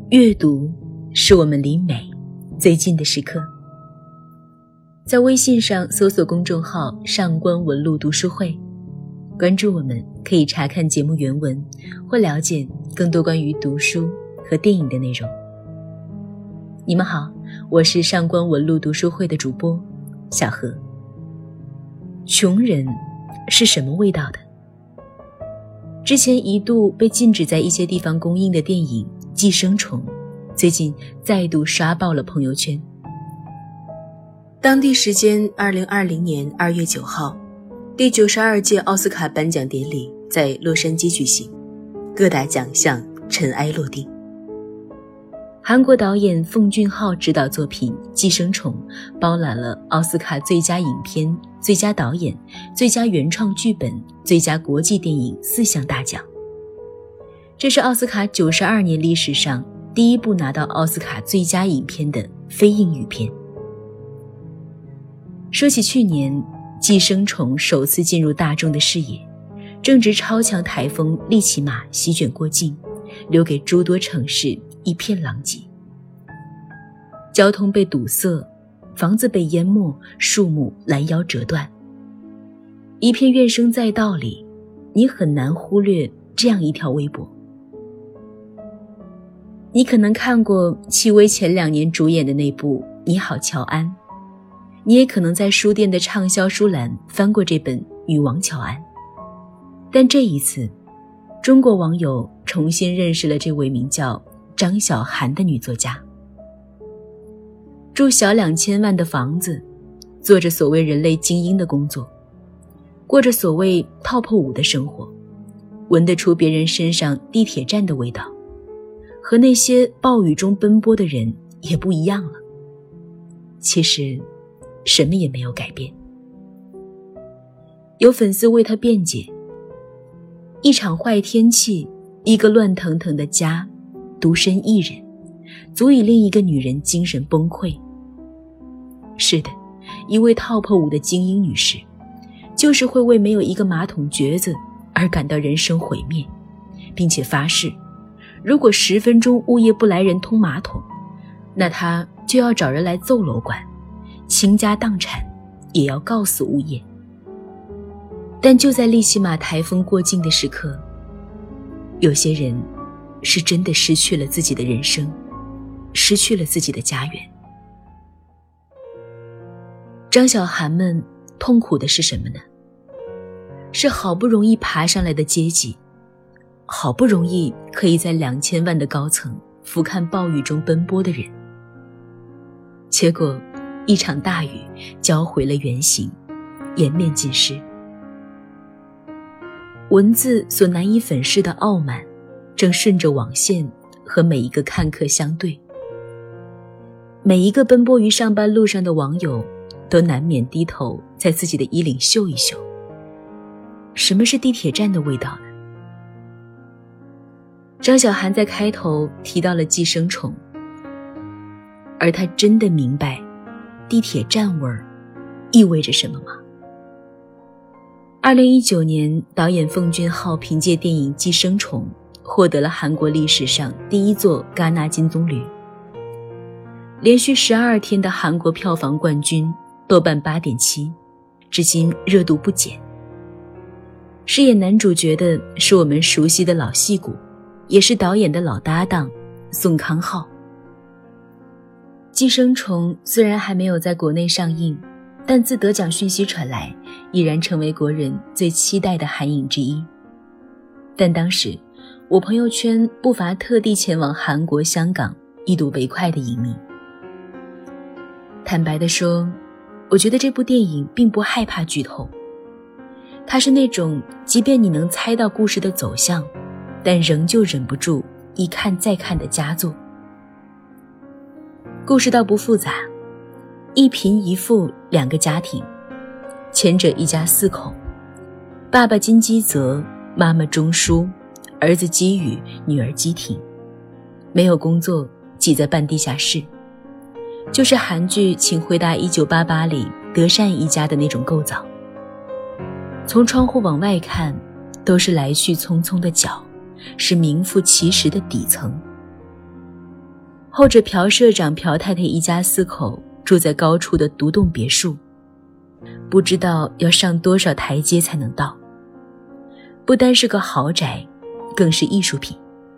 阅读是我们离美最近的时刻。在微信上搜索公众号上官文露读书会，关注我们可以查看节目原文或了解更多关于读书和电影的内容。你们好，我是上官文露读书会的主播小何。穷人是什么味道的？之前一度被禁止在一些地方公映的电影《寄生虫》最近再度刷爆了朋友圈。当地时间2020年2月9号，第92届奥斯卡颁奖典礼在洛杉矶举行，各大奖项尘埃落定。韩国导演奉俊昊执导作品《寄生虫》包揽了奥斯卡最佳影片、最佳导演、最佳原创剧本、最佳国际电影4项大奖。这是奥斯卡92年历史上第一部拿到奥斯卡最佳影片的非英语片。说起去年《寄生虫》首次进入大众的视野，正值超强台风利奇马席卷过境，留给诸多城市一片狼藉。交通被堵塞，房子被淹没，树木拦腰折断。一片怨声载道里，你很难忽略这样一条微博。你可能看过戚薇前2年主演的那部《你好，乔安》，你也可能在书店的畅销书栏翻过这本《女王乔安》，但这一次，中国网友重新认识了这位名叫张小涵的女作家。住小2000万的房子，做着所谓人类精英的工作，过着所谓 top 5的生活，闻得出别人身上地铁站的味道，和那些暴雨中奔波的人也不一样了。其实什么也没有改变。有粉丝为他辩解，一场坏天气，一个乱腾腾的家，独身一人，足以令一个女人精神崩溃。是的，一位 top 5的精英女士，就是会为没有一个马桶橛子而感到人生毁灭，并且发誓，如果10分钟物业不来人通马桶，那她就要找人来揍楼管，倾家荡产也要告诉物业。但就在利奇马台风过境的时刻，有些人是真的失去了自己的人生，失去了自己的家园。张小涵们痛苦的是什么呢？是好不容易爬上来的阶级，好不容易可以在2000万的高层俯瞰暴雨中奔波的人，结果一场大雨浇毁了原形，颜面尽失。文字所难以粉饰的傲慢，正顺着网线和每一个看客相对。每一个奔波于上班路上的网友都难免低头在自己的衣领嗅一嗅。什么是地铁站的味道呢？张小涵在开头提到了寄生虫，而他真的明白地铁站味儿意味着什么吗？2019年，导演奉俊昊凭借电影《寄生虫》获得了韩国历史上第1座戛纳金棕榈，连续12天的韩国票房冠军，豆瓣8.7，至今热度不减。饰演男主角的是我们熟悉的老戏骨，也是导演的老搭档宋康昊。寄生虫虽然还没有在国内上映，但自得奖讯息传来，已然成为国人最期待的韩影之一。但当时我朋友圈不乏特地前往韩国、香港一睹为快的影迷。坦白地说，我觉得这部电影并不害怕剧透，它是那种即便你能猜到故事的走向，但仍旧忍不住一看再看的佳作。故事倒不复杂，一贫一富2个家庭，前者一家4口，爸爸金基泽，妈妈钟书，儿子基宇，女儿基婷，没有工作，挤在半地下室，就是韩剧《请回答1988》里德善一家的那种构造。从窗户往外看，都是来去匆匆的脚，是名副其实的底层。 后者朴社长朴太太一家4口住在高处的独栋别墅，不知道要上多少台阶才能到。不单是个豪宅，更是艺术品。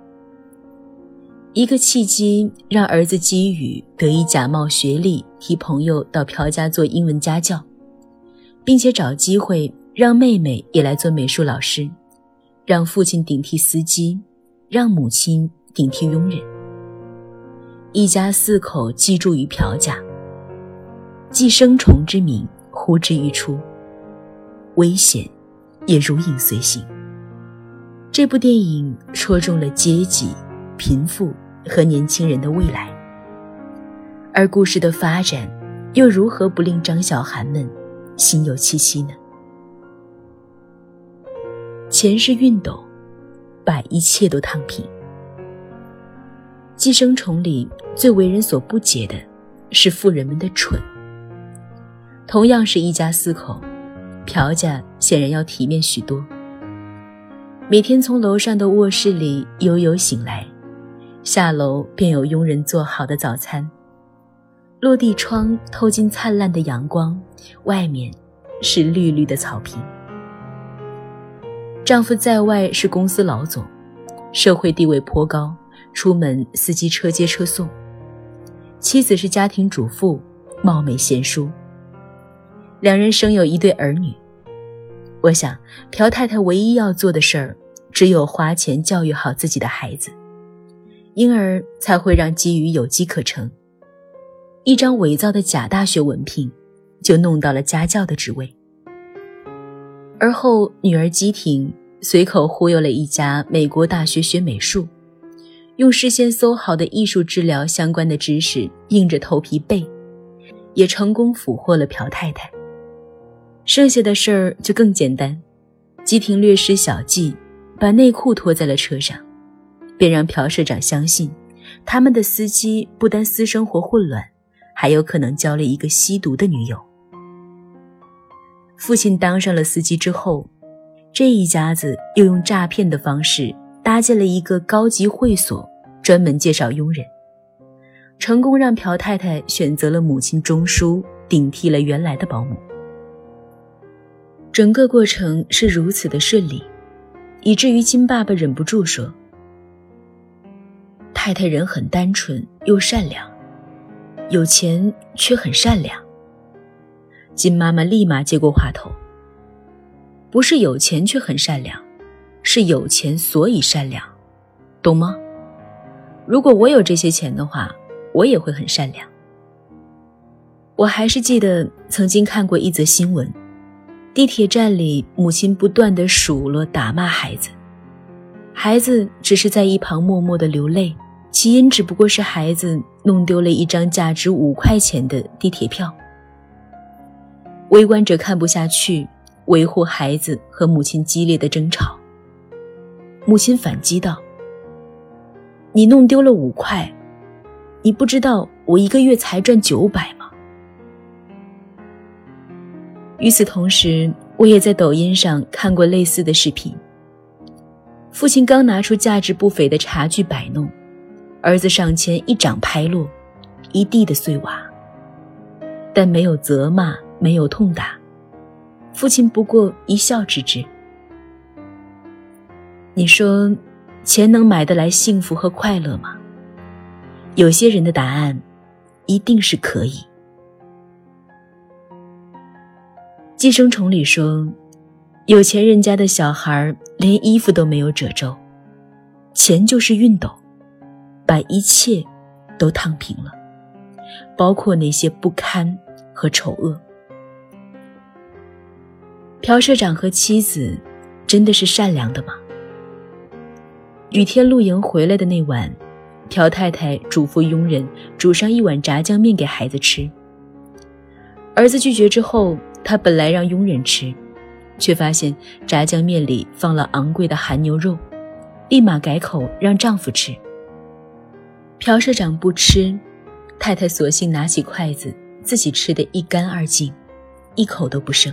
一个契机让儿子基宇得以假冒学历，替朋友到朴家做英文家教，并且找机会让妹妹也来做美术老师，让父亲顶替司机，让母亲顶替佣人。一家4口寄住于朴家，寄生虫之名呼之欲出，危险也如影随形。这部电影戳中了阶级、贫富和年轻人的未来，而故事的发展又如何不令张小涵们心有戚戚呢？钱是熨斗，把一切都烫平。寄生虫里最为人所不解的是富人们的蠢。同样是一家4口，朴家显然要体面许多。每天从楼上的卧室里悠悠醒来，下楼便有佣人做好的早餐，落地窗透进灿烂的阳光，外面是绿绿的草坪。丈夫在外是公司老总，社会地位颇高，出门司机车接车送。妻子是家庭主妇，貌美贤淑。2人生有1对儿女。我想朴太太唯一要做的事儿，只有花钱教育好自己的孩子，因而才会让基宇有机可乘。一张伪造的假大学文凭，就弄到了家教的职位。而后女儿基婷随口忽悠了一家美国大学学美术，用事先搜好的艺术治疗相关的知识硬着头皮背，也成功俘获了朴太太。剩下的事儿就更简单，基婷略施小计，把内裤脱在了车上，便让朴社长相信他们的司机不单私生活混乱，还有可能交了一个吸毒的女友。父亲当上了司机之后，这一家子又用诈骗的方式搭建了一个高级会所，专门介绍佣人，成功让朴太太选择了母亲钟淑，顶替了原来的保姆。整个过程是如此的顺利，以至于金爸爸忍不住说，太太人很单纯又善良，有钱却很善良。金妈妈立马接过话头，不是有钱却很善良，是有钱所以善良，懂吗？如果我有这些钱的话，我也会很善良。我还是记得曾经看过一则新闻，地铁站里母亲不断地数落打骂孩子，孩子只是在一旁默默地流泪，起因只不过是孩子弄丢了一张价值5块钱的地铁票。围观者看不下去，维护孩子和母亲激烈的争吵。母亲反击道，你弄丢了5块，你不知道我1个月才赚900吗？与此同时，我也在抖音上看过类似的视频。父亲刚拿出价值不菲的茶具摆弄，儿子上前一掌拍落，一地的碎瓦，但没有责骂，没有痛打，父亲不过一笑置之。你说钱能买得来幸福和快乐吗？有些人的答案一定是可以。寄生虫里说，有钱人家的小孩连衣服都没有褶皱，钱就是熨斗，把一切都烫平了，包括那些不堪和丑恶。朴社长和妻子真的是善良的吗？雨天露营回来的那晚，朴太太嘱咐佣人煮上1碗炸酱面给孩子吃。儿子拒绝之后，他本来让佣人吃，却发现炸酱面里放了昂贵的韩牛肉，立马改口让丈夫吃。朴社长不吃，太太索性拿起筷子自己吃得一干二净，一口都不剩。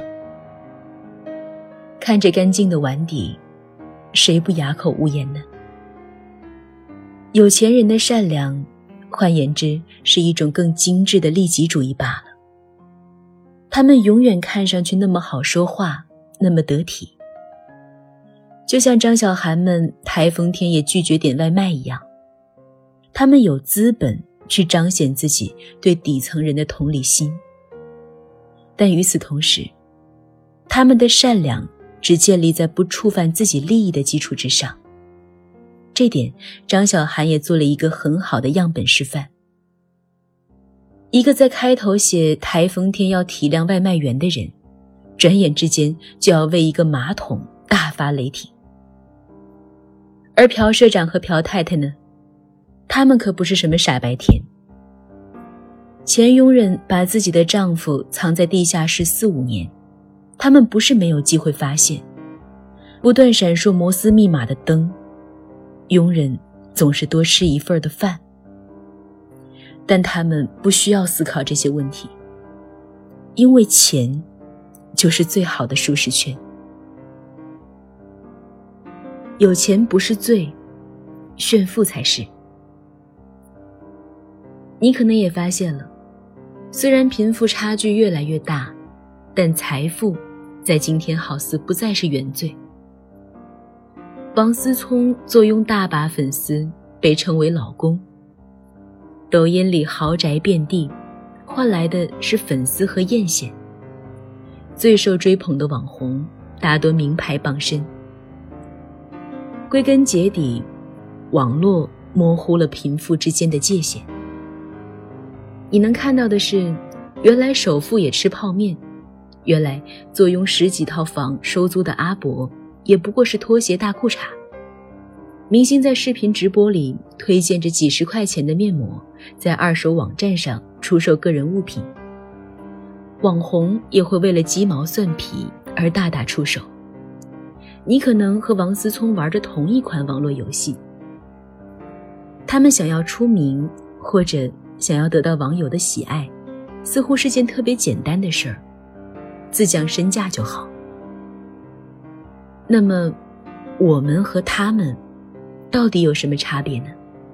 看着干净的碗底，谁不哑口无言呢？有钱人的善良换言之，是一种更精致的利己主义罢了。他们永远看上去那么好说话，那么得体，就像张小涵们台风天也拒绝点外卖一样。他们有资本去彰显自己对底层人的同理心，但与此同时，他们的善良只建立在不触犯自己利益的基础之上。这点张小涵也做了一个很好的样本示范。一个在开头写台风天要体谅外卖员的人，转眼之间就要为一个马桶大发雷霆。而朴社长和朴太太呢，他们可不是什么傻白甜。前佣人把自己的丈夫藏在地下室4-5年，他们不是没有机会发现。不断闪烁摩斯密码的灯，佣人总是多吃一份的饭。但他们不需要思考这些问题，因为钱就是最好的舒适圈。有钱不是罪，炫富才是。你可能也发现了，虽然贫富差距越来越大，但财富在今天好似不再是原罪。王思聪坐拥大把粉丝，被称为老公。抖音里豪宅遍地，换来的是粉丝和艳羡。最受追捧的网红大多名牌傍身。归根结底，网络模糊了贫富之间的界限。你能看到的是，原来首富也吃泡面，原来坐拥10几套房收租的阿伯也不过是拖鞋大裤衩。明星在视频直播里推荐着几10块钱的面膜，在二手网站上出售个人物品。网红也会为了鸡毛蒜皮而大打出手。你可能和王思聪玩着同一款网络游戏，他们想要出名，或者想要得到网友的喜爱，似乎是件特别简单的事儿，自降身价就好。那么我们和他们到底有什么差别呢？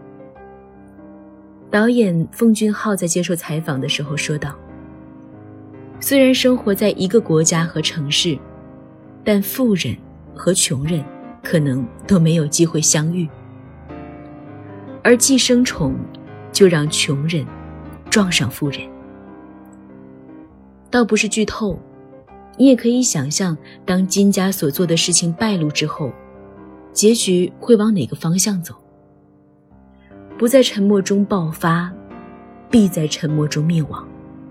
导演奉俊昊在接受采访的时候说道，虽然生活在一个国家和城市，但富人和穷人可能都没有机会相遇，而寄生虫就让穷人撞上富人。倒不是剧透，你也可以想象，当金家所做的事情败露之后，结局会往哪个方向走？不在沉默中爆发，必在沉默中灭亡。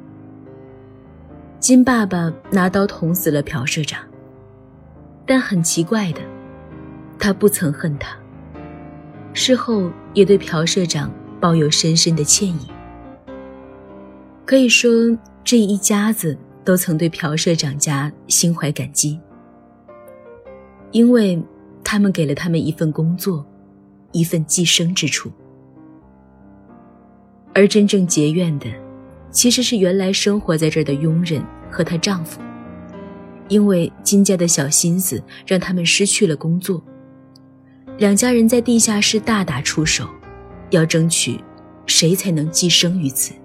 金爸爸拿刀捅死了朴社长，但很奇怪的，他不曾恨他，事后也对朴社长抱有深深的歉意。可以说，这一家子都曾对朴社长家心怀感激，因为他们给了他们一份工作，一份寄生之处。而真正结怨的，其实是原来生活在这儿的佣人和她丈夫，因为金家的小心思让他们失去了工作。两家人在地下室大打出手，要争取谁才能寄生于此。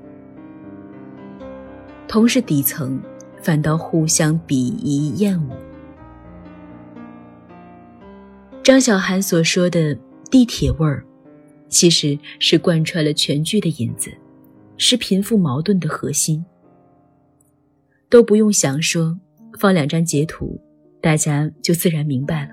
同是底层，反倒互相鄙夷厌恶。张小涵所说的地铁味儿，其实是贯穿了全剧的引子，是贫富矛盾的核心。都不用详说，放2张截图，大家就自然明白了。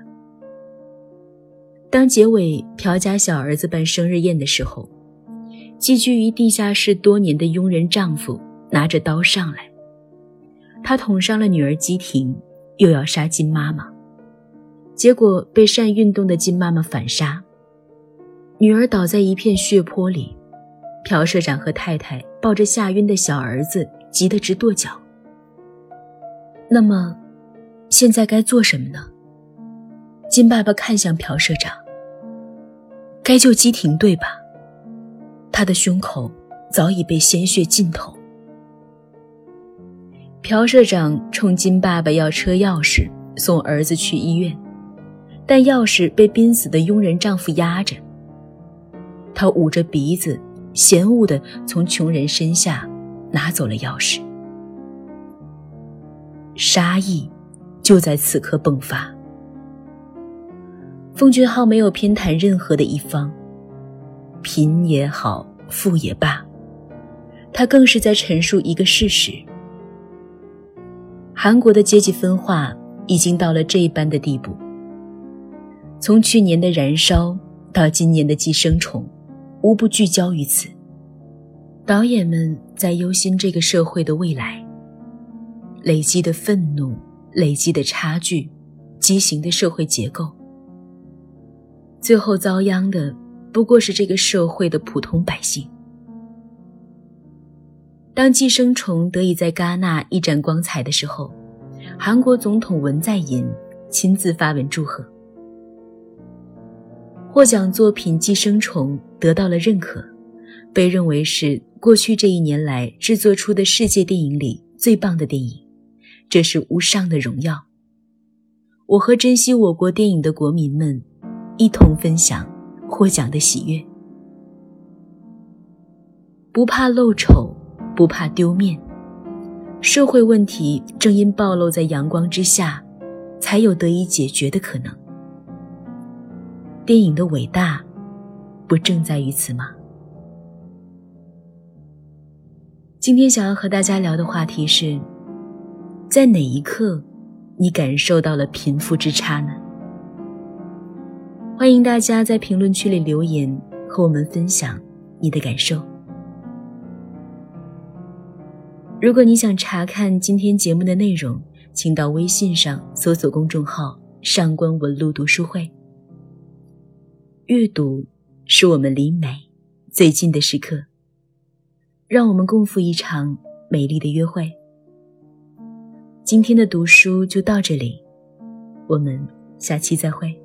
当结尾朴家小儿子办生日宴的时候，寄居于地下室多年的佣人丈夫拿着刀上来，他捅伤了女儿姬婷，又要杀金妈妈，结果被善运动的金妈妈反杀，女儿倒在一片血泊里，朴社长和太太抱着吓晕的小儿子，急得直跺脚。那么现在该做什么呢？金爸爸看向朴社长，该救姬婷对吧？他的胸口早已被鲜血浸透。朴社长冲金爸爸要车钥匙，送儿子去医院，但钥匙被濒死的佣人丈夫压着，他捂着鼻子嫌恶地从穷人身下拿走了钥匙。杀意就在此刻迸发。奉俊昊没有偏袒任何的一方，贫也好，富也罢，他更是在陈述一个事实：韩国的阶级分化已经到了这般的地步。从去年的燃烧到今年的寄生虫，无不聚焦于此。导演们在忧心这个社会的未来，累积的愤怒，累积的差距，畸形的社会结构，最后遭殃的不过是这个社会的普通百姓。当寄生虫得以在戛纳一展光彩的时候，韩国总统文在寅亲自发文祝贺。获奖作品《寄生虫》得到了认可，被认为是过去这1年来制作出的世界电影里最棒的电影，这是无上的荣耀。我和珍惜我国电影的国民们一同分享获奖的喜悦。不怕露丑，不怕丢面，社会问题正因暴露在阳光之下，才有得以解决的可能。电影的伟大，不正在于此吗？今天想要和大家聊的话题是，在哪一刻你感受到了贫富之差呢？欢迎大家在评论区里留言，和我们分享你的感受。如果你想查看今天节目的内容，请到微信上搜索公众号上官文露读书会。阅读是我们离美最近的时刻，让我们共赴一场美丽的约会。今天的读书就到这里，我们下期再会。